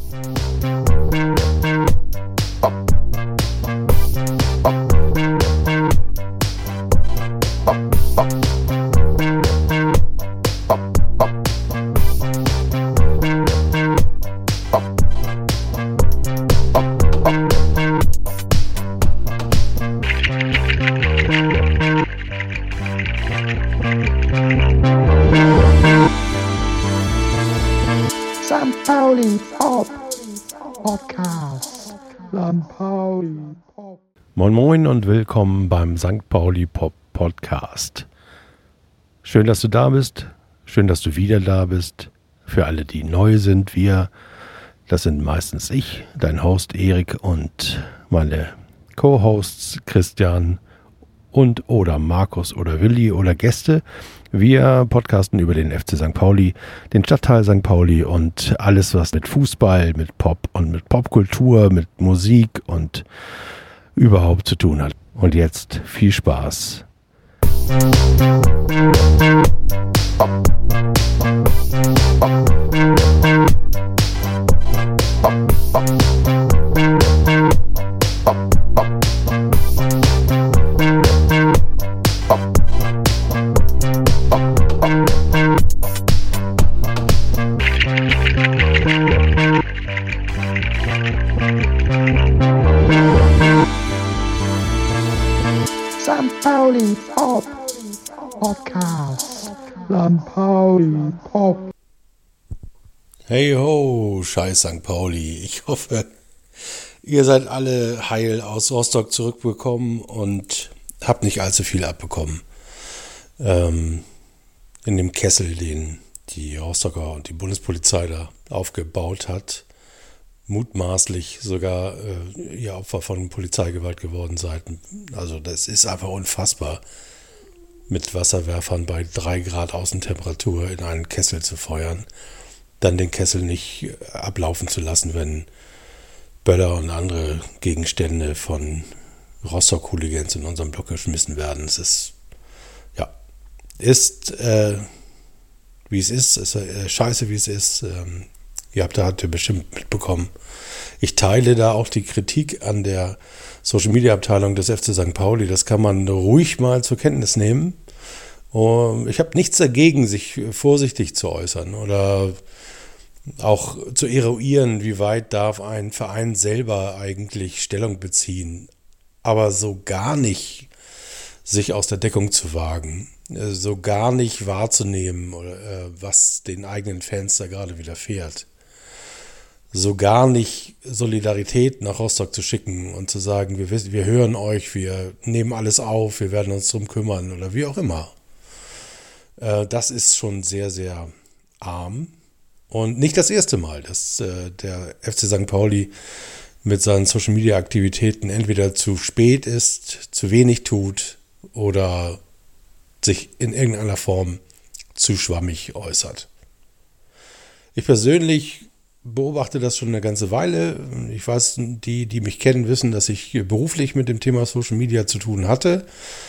St. Pauli Pop Podcast. St. Pauli Pop. Moin Moin und willkommen beim St. Pauli Pop Podcast. Schön, dass du da bist. Schön, dass du wieder da bist. Für alle, die neu sind, das sind meistens ich, dein Host Erik und meine Co-Hosts Christian und oder Markus oder Willi oder Gäste. Wir podcasten über den FC St. Pauli, den Stadtteil St. Pauli und alles, was mit Fußball, mit Pop und mit Popkultur, mit Musik und überhaupt zu tun hat. Und jetzt viel Spaß. St. Pauli Pop Podcast. St. Pauli Pop. Hey ho, scheiß St. Pauli. Ich hoffe, ihr seid alle heil aus Rostock zurückgekommen und habt nicht allzu viel abbekommen. In dem Kessel, den die Rostocker und die Bundespolizei da aufgebaut hat. Mutmaßlich sogar ihr Opfer von Polizeigewalt geworden seid. Also das ist einfach unfassbar, mit Wasserwerfern bei 3 Grad Außentemperatur in einen Kessel zu feuern, dann den Kessel nicht ablaufen zu lassen, wenn Böller und andere Gegenstände von Rostock-Hooligans in unserem Block geschmissen werden. Es ist, wie es ist scheiße, wie es ist. Habt ihr bestimmt mitbekommen. Ich teile da auch die Kritik an der Social-Media-Abteilung des FC St. Pauli. Das kann man ruhig mal zur Kenntnis nehmen. Ich habe nichts dagegen, sich vorsichtig zu äußern oder auch zu eruieren, wie weit darf ein Verein selber eigentlich Stellung beziehen. Aber so gar nicht sich aus der Deckung zu wagen, so gar nicht wahrzunehmen, was den eigenen Fans da gerade widerfährt. So gar nicht Solidarität nach Rostock zu schicken und zu sagen, wir hören euch, wir nehmen alles auf, wir werden uns drum kümmern oder wie auch immer. Das ist schon sehr, sehr arm und nicht das erste Mal, dass der FC St. Pauli mit seinen Social-Media-Aktivitäten entweder zu spät ist, zu wenig tut oder sich in irgendeiner Form zu schwammig äußert. Ich persönlich beobachte das schon eine ganze Weile. Ich weiß, die mich kennen, wissen, dass ich beruflich mit dem Thema Social Media zu tun hatte.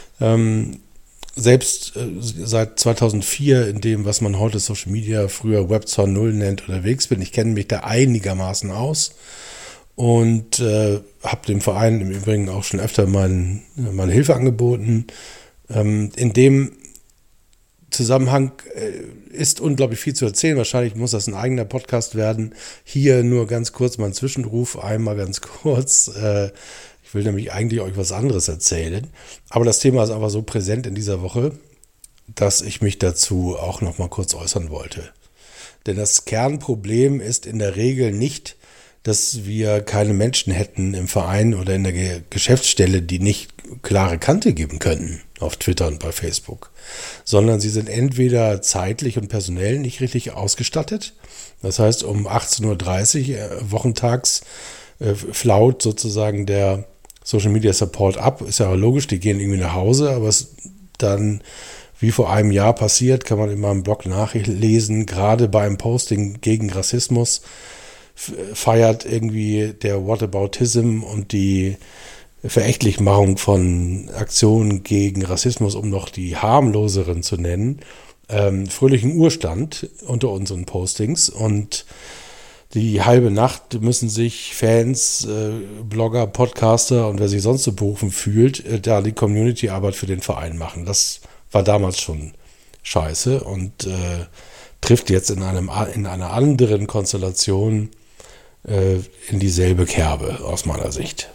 Selbst seit 2004 in dem, was man heute Social Media, früher Web 2.0 nennt, unterwegs bin. Ich kenne mich da einigermaßen aus und habe dem Verein im Übrigen auch schon öfter meine Hilfe angeboten. In dem Zusammenhang ist unglaublich viel zu erzählen. Wahrscheinlich muss das ein eigener Podcast werden. Hier nur ganz kurz mein Zwischenruf, einmal ganz kurz. Ich will nämlich eigentlich euch was anderes erzählen. Aber das Thema ist einfach so präsent in dieser Woche, dass ich mich dazu auch noch mal kurz äußern wollte. Denn das Kernproblem ist in der Regel nicht, dass wir keine Menschen hätten im Verein oder in der Geschäftsstelle, die nicht klare Kante geben könnten auf Twitter und bei Facebook, sondern sie sind entweder zeitlich und personell nicht richtig ausgestattet. Das heißt, um 18.30 Uhr wochentags flaut sozusagen der Social Media Support ab. Ist ja logisch, die gehen irgendwie nach Hause, aber es dann, wie vor einem Jahr passiert, kann man in meinem Blog nachlesen, gerade bei einem Posting gegen Rassismus feiert irgendwie der Whataboutism und die Verächtlichmachung von Aktionen gegen Rassismus, um noch die harmloseren zu nennen, fröhlichen Urstand unter unseren Postings. Und Die halbe Nacht müssen sich Fans, Blogger, Podcaster und wer sich sonst so berufen fühlt, da die Community-Arbeit für den Verein machen. Das war damals schon scheiße und trifft jetzt in einer anderen Konstellation in dieselbe Kerbe aus meiner Sicht.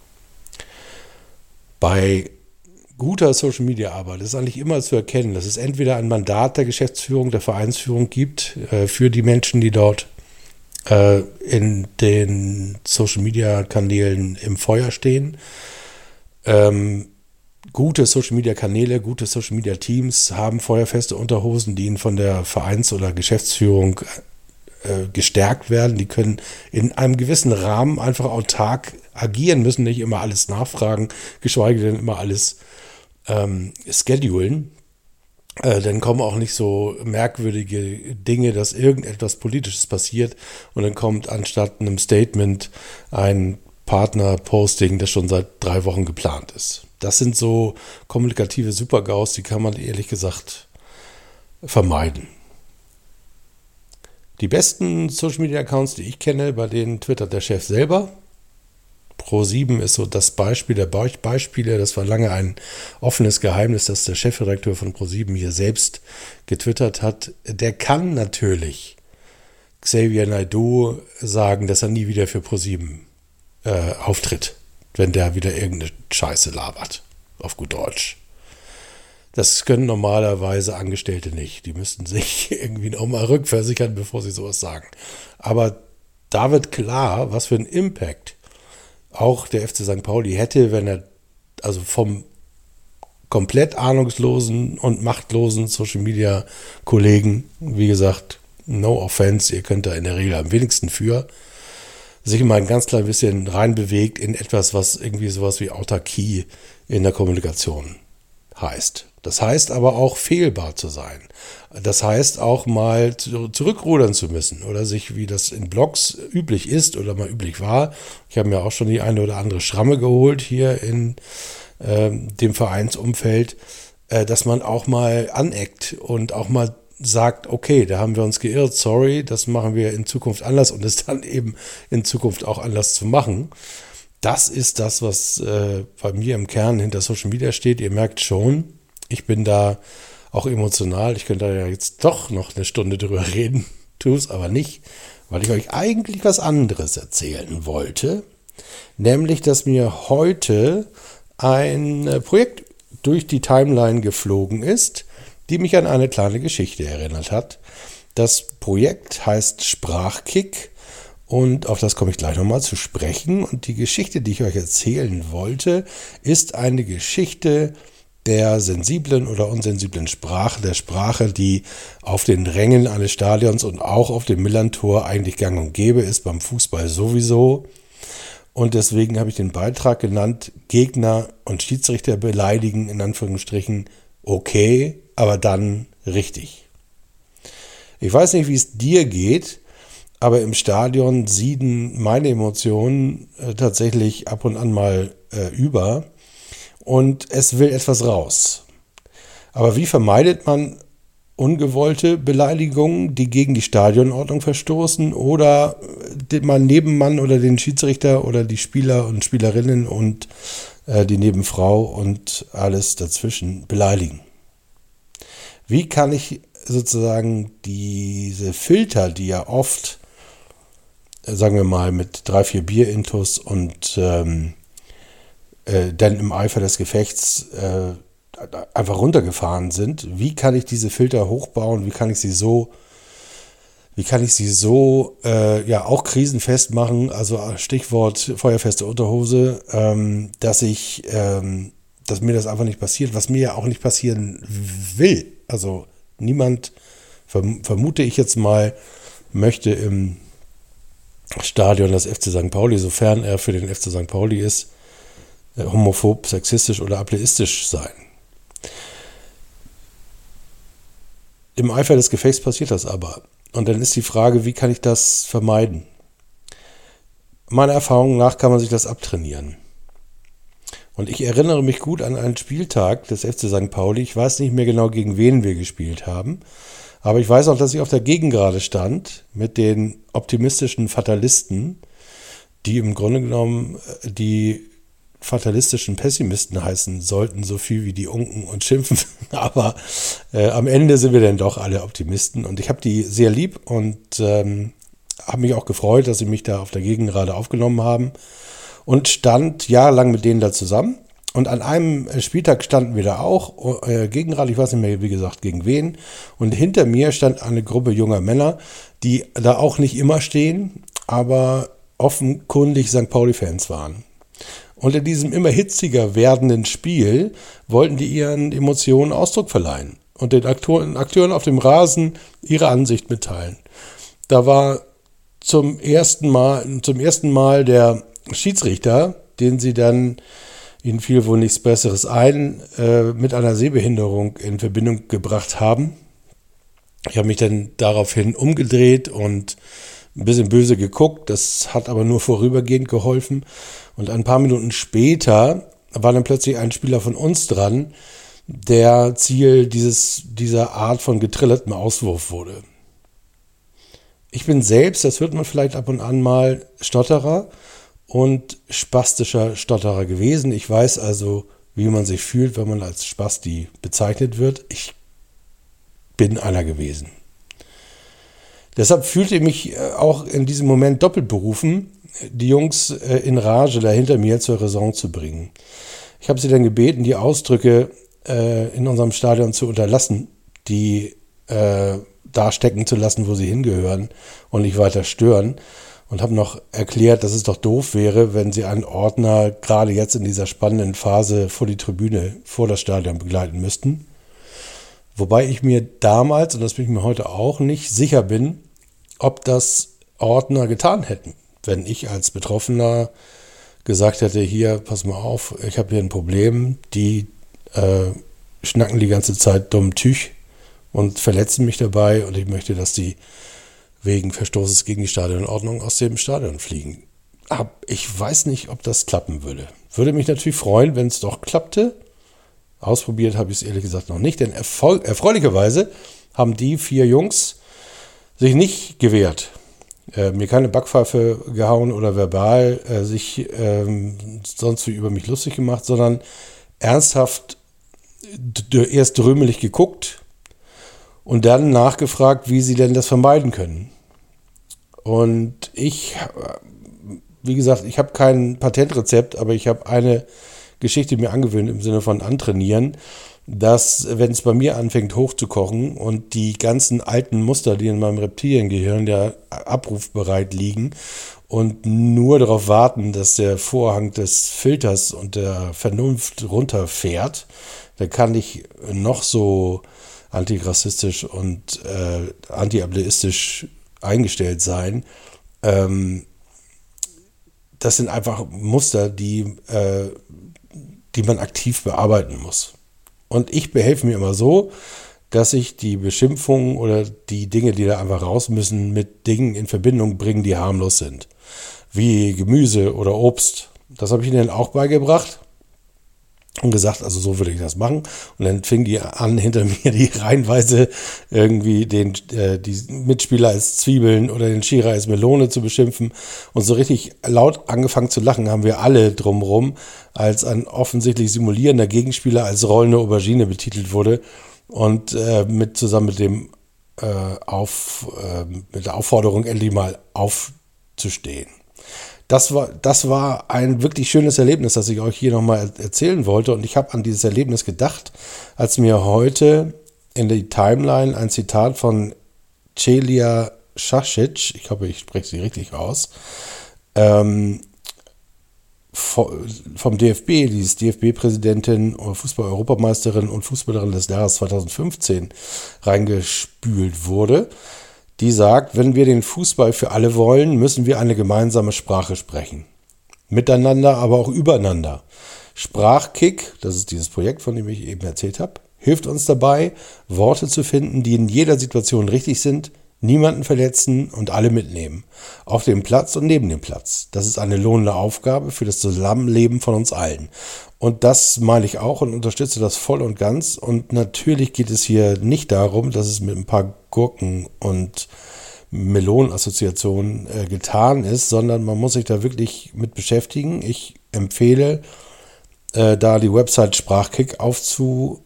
Bei guter Social-Media-Arbeit ist eigentlich immer zu erkennen, dass es entweder ein Mandat der Geschäftsführung, der Vereinsführung gibt für die Menschen, die dort in den Social-Media-Kanälen im Feuer stehen. Gute Social-Media-Kanäle, gute Social-Media-Teams haben feuerfeste Unterhosen, die ihnen von der Vereins- oder Geschäftsführung gestärkt werden. Die können in einem gewissen Rahmen einfach autark agieren, müssen nicht immer alles nachfragen, geschweige denn immer alles schedulen. Dann kommen auch nicht so merkwürdige Dinge, dass irgendetwas Politisches passiert und dann kommt anstatt einem Statement ein Partner-Posting, das schon seit 3 Wochen geplant ist. Das sind so kommunikative Super-GAUs, die kann man ehrlich gesagt vermeiden. Die besten Social-Media-Accounts, die ich kenne, bei denen twittert der Chef selber. Pro7 ist so das Beispiel der Beispiele. Das war lange ein offenes Geheimnis, dass der Chefredakteur von Pro7 hier selbst getwittert hat. Der kann natürlich Xavier Naidoo sagen, dass er nie wieder für Pro7 auftritt, wenn der wieder irgendeine Scheiße labert, auf gut Deutsch. Das können normalerweise Angestellte nicht. Die müssten sich irgendwie auch mal rückversichern, bevor sie sowas sagen. Aber da wird klar, was für einen Impact auch der FC St. Pauli hätte, wenn er also vom komplett ahnungslosen und machtlosen Social-Media-Kollegen, wie gesagt, no offense, ihr könnt da in der Regel am wenigsten für, sich mal ein ganz klein bisschen reinbewegt in etwas, was irgendwie sowas wie Autarkie in der Kommunikation heißt. Das heißt aber auch fehlbar zu sein. Das heißt auch mal zurückrudern zu müssen oder sich, wie das in Blogs üblich ist oder mal üblich war. Ich habe mir auch schon die eine oder andere Schramme geholt hier in dem Vereinsumfeld, dass man auch mal aneckt und auch mal sagt, okay, da haben wir uns geirrt, sorry, das machen wir in Zukunft anders und es dann eben in Zukunft auch anders zu machen. Das ist das, was bei mir im Kern hinter Social Media steht. Ihr merkt schon, ich bin da auch emotional. Ich könnte da ja jetzt doch noch eine Stunde drüber reden, tue es aber nicht, weil ich euch eigentlich was anderes erzählen wollte. Nämlich, dass mir heute ein Projekt durch die Timeline geflogen ist, die mich an eine kleine Geschichte erinnert hat. Das Projekt heißt Sprachkick und auf das komme ich gleich nochmal zu sprechen. Und die Geschichte, die ich euch erzählen wollte, ist eine Geschichte der sensiblen oder unsensiblen Sprache, der Sprache, die auf den Rängen eines Stadions und auch auf dem Millerntor eigentlich gang und gäbe ist, beim Fußball sowieso. Und deswegen habe ich den Beitrag genannt, Gegner und Schiedsrichter beleidigen, in Anführungsstrichen, okay, aber dann richtig. Ich weiß nicht, wie es dir geht, aber im Stadion sieden meine Emotionen tatsächlich ab und an mal über. Und es will etwas raus. Aber wie vermeidet man ungewollte Beleidigungen, die gegen die Stadionordnung verstoßen oder den Nebenmann oder den Schiedsrichter oder die Spieler und Spielerinnen und die Nebenfrau und alles dazwischen beleidigen? Wie kann ich sozusagen diese Filter, die ja oft, sagen wir mal, mit 3, 4 Bierintus und dann im Eifer des Gefechts einfach runtergefahren sind. Wie kann ich diese Filter hochbauen? Wie kann ich sie so auch krisenfest machen? Also Stichwort feuerfeste Unterhose, dass mir das einfach nicht passiert, was mir ja auch nicht passieren will. Also niemand, vermute ich jetzt mal, möchte im Stadion des FC St. Pauli, sofern er für den FC St. Pauli ist, homophob, sexistisch oder ableistisch sein. Im Eifer des Gefechts passiert das aber. Und dann ist die Frage, wie kann ich das vermeiden? Meiner Erfahrung nach kann man sich das abtrainieren. Und ich erinnere mich gut an einen Spieltag des FC St. Pauli. Ich weiß nicht mehr genau, gegen wen wir gespielt haben. Aber ich weiß auch, dass ich auf der Gegengrade stand mit den optimistischen Fatalisten, die im Grunde genommen die fatalistischen Pessimisten heißen sollten, so viel wie die unken und schimpfen. Aber am Ende sind wir dann doch alle Optimisten. Und ich habe die sehr lieb und habe mich auch gefreut, dass sie mich da auf der Gegengrade aufgenommen haben. Und stand jahrelang mit denen da zusammen. Und an einem Spieltag standen wir da auch, Gegengrade, ich weiß nicht mehr, wie gesagt, gegen wen. Und hinter mir stand eine Gruppe junger Männer, die da auch nicht immer stehen, aber offenkundig St. Pauli-Fans waren. Und in diesem immer hitziger werdenden Spiel wollten die ihren Emotionen Ausdruck verleihen und den Akteuren auf dem Rasen ihre Ansicht mitteilen. Da war zum ersten Mal der Schiedsrichter, den sie dann, ihnen fiel wohl nichts Besseres ein, mit einer Sehbehinderung in Verbindung gebracht haben. Ich habe mich dann daraufhin umgedreht und ein bisschen böse geguckt. Das hat aber nur vorübergehend geholfen. Und ein paar Minuten später war dann plötzlich ein Spieler von uns dran, der Ziel dieser Art von getrillertem Auswurf wurde. Ich bin selbst, das hört man vielleicht ab und an mal, Stotterer und spastischer Stotterer gewesen. Ich weiß also, wie man sich fühlt, wenn man als Spasti bezeichnet wird. Ich bin einer gewesen. Deshalb fühlte ich mich auch in diesem Moment doppelt berufen, die Jungs in Rage da hinter mir zur Raison zu bringen. Ich habe sie dann gebeten, die Ausdrücke in unserem Stadion zu unterlassen, die da stecken zu lassen, wo sie hingehören und nicht weiter stören. Und habe noch erklärt, dass es doch doof wäre, wenn sie einen Ordner gerade jetzt in dieser spannenden Phase vor die Tribüne, vor das Stadion begleiten müssten. Wobei ich mir damals, und das bin ich mir heute auch nicht, sicher bin, ob das Ordner getan hätten. Wenn ich als Betroffener gesagt hätte, hier, pass mal auf, ich habe hier ein Problem, die schnacken die ganze Zeit dumm Tüch und verletzen mich dabei und ich möchte, dass die wegen Verstoßes gegen die Stadionordnung aus dem Stadion fliegen. Aber ich weiß nicht, ob das klappen würde. Würde mich natürlich freuen, wenn es doch klappte. Ausprobiert habe ich es ehrlich gesagt noch nicht, denn erfreulicherweise haben die 4 Jungs sich nicht gewehrt, mir keine Backpfeife gehauen oder verbal sich sonst wie über mich lustig gemacht, sondern ernsthaft erst drömelig geguckt und dann nachgefragt, wie sie denn das vermeiden können. Und wie gesagt, ich habe kein Patentrezept, aber ich habe eine Geschichte mir angewöhnt im Sinne von antrainieren, dass, wenn es bei mir anfängt hochzukochen und die ganzen alten Muster, die in meinem Reptiliengehirn ja abrufbereit liegen und nur darauf warten, dass der Vorhang des Filters und der Vernunft runterfährt, dann kann ich noch so antirassistisch und anti-ableistisch eingestellt sein. Das sind einfach Muster, die man aktiv bearbeiten muss. Und ich behelfe mir immer so, dass ich die Beschimpfungen oder die Dinge, die da einfach raus müssen, mit Dingen in Verbindung bringen, die harmlos sind. Wie Gemüse oder Obst. Das habe ich ihnen auch beigebracht und gesagt, also so würde ich das machen. Und dann fing die an, hinter mir die reihenweise irgendwie die Mitspieler als Zwiebeln oder den Schierer als Melone zu beschimpfen. Und so richtig laut angefangen zu lachen haben wir alle drumherum, als ein offensichtlich simulierender Gegenspieler als rollende Aubergine betitelt wurde und zusammen mit der Aufforderung, endlich mal aufzustehen. Das war ein wirklich schönes Erlebnis, das ich euch hier nochmal erzählen wollte. Und ich habe an dieses Erlebnis gedacht, als mir heute in die Timeline ein Zitat von Celia Šašić, ich hoffe, ich spreche sie richtig aus, vom DFB, die ist DFB-Präsidentin, Fußball-Europameisterin und Fußballerin des Jahres 2015 reingespült wurde. Die sagt, wenn wir den Fußball für alle wollen, müssen wir eine gemeinsame Sprache sprechen. Miteinander, aber auch übereinander. Sprachkick, das ist dieses Projekt, von dem ich eben erzählt habe, hilft uns dabei, Worte zu finden, die in jeder Situation richtig sind, Niemanden verletzen und alle mitnehmen. Auf dem Platz und neben dem Platz. Das ist eine lohnende Aufgabe für das Zusammenleben von uns allen. Und das meine ich auch und unterstütze das voll und ganz. Und natürlich geht es hier nicht darum, dass es mit ein paar Gurken und Melonenassoziationen getan ist, sondern man muss sich da wirklich mit beschäftigen. Ich empfehle, da die Website Sprachkick aufzurufen,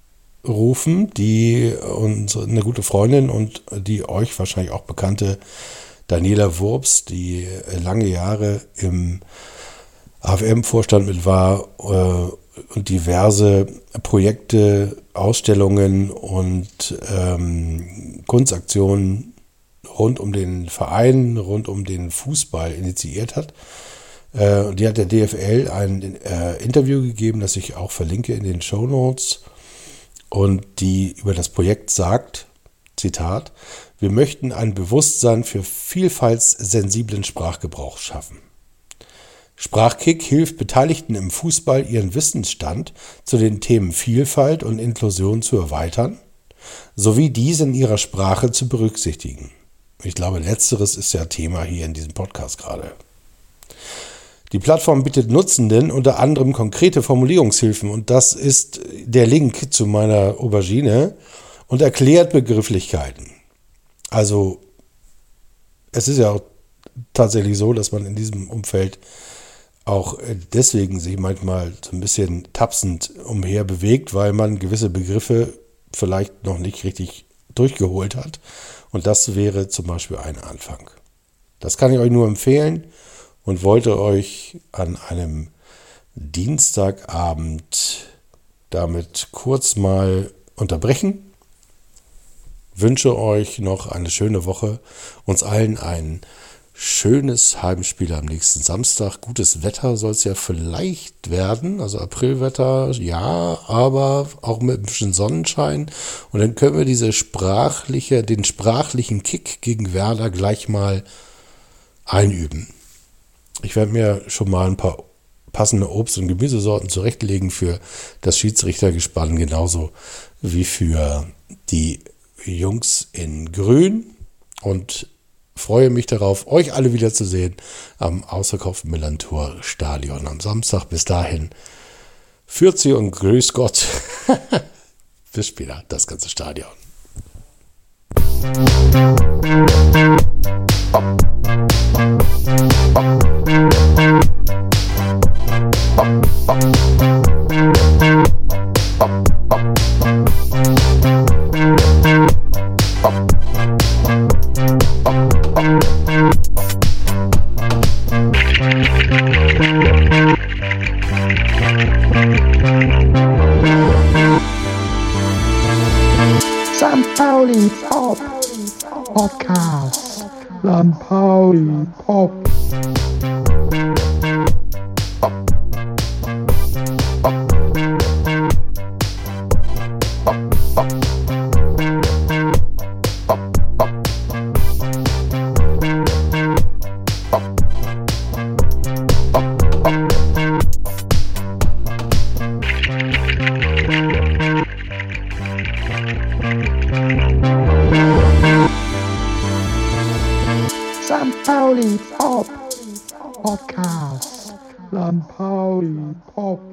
die eine gute Freundin und die euch wahrscheinlich auch bekannte Daniela Wurps, die lange Jahre im AFM-Vorstand mit war und diverse Projekte, Ausstellungen und Kunstaktionen rund um den Verein, rund um den Fußball initiiert hat. Die hat der DFL ein Interview gegeben, das ich auch verlinke in den Shownotes, und die über das Projekt sagt, Zitat: Wir möchten ein Bewusstsein für vielfaltssensiblen Sprachgebrauch schaffen. Sprachkick hilft Beteiligten im Fußball, ihren Wissensstand zu den Themen Vielfalt und Inklusion zu erweitern, sowie diese in ihrer Sprache zu berücksichtigen. Ich glaube, letzteres ist ja Thema hier in diesem Podcast gerade. Die Plattform bietet Nutzenden unter anderem konkrete Formulierungshilfen, und das ist der Link zu meiner Aubergine, und erklärt Begrifflichkeiten. Also es ist ja auch tatsächlich so, dass man in diesem Umfeld auch deswegen sich manchmal so ein bisschen tapsend umher bewegt, weil man gewisse Begriffe vielleicht noch nicht richtig durchgeholt hat. Und das wäre zum Beispiel ein Anfang. Das kann ich euch nur empfehlen und wollte euch an einem Dienstagabend damit kurz mal unterbrechen. Wünsche euch noch eine schöne Woche, uns allen ein schönes Heimspiel am nächsten Samstag. Gutes Wetter soll es ja vielleicht werden, also Aprilwetter, ja, aber auch mit ein bisschen Sonnenschein. Und dann können wir den sprachlichen Kick gegen Werder gleich mal einüben. Ich werde mir schon mal ein paar passende Obst- und Gemüsesorten zurechtlegen für das Schiedsrichtergespann, genauso wie für die Jungs in Grün, und freue mich darauf, euch alle wiederzusehen am ausverkauften Millantor-Stadion am Samstag. Bis dahin, Fürzi und grüß Gott. Bis später, das ganze Stadion. St. Pauli Pop Podcast. St. Pauli Pop. St. Pauli Pop Podcast. St. Pauli Pop.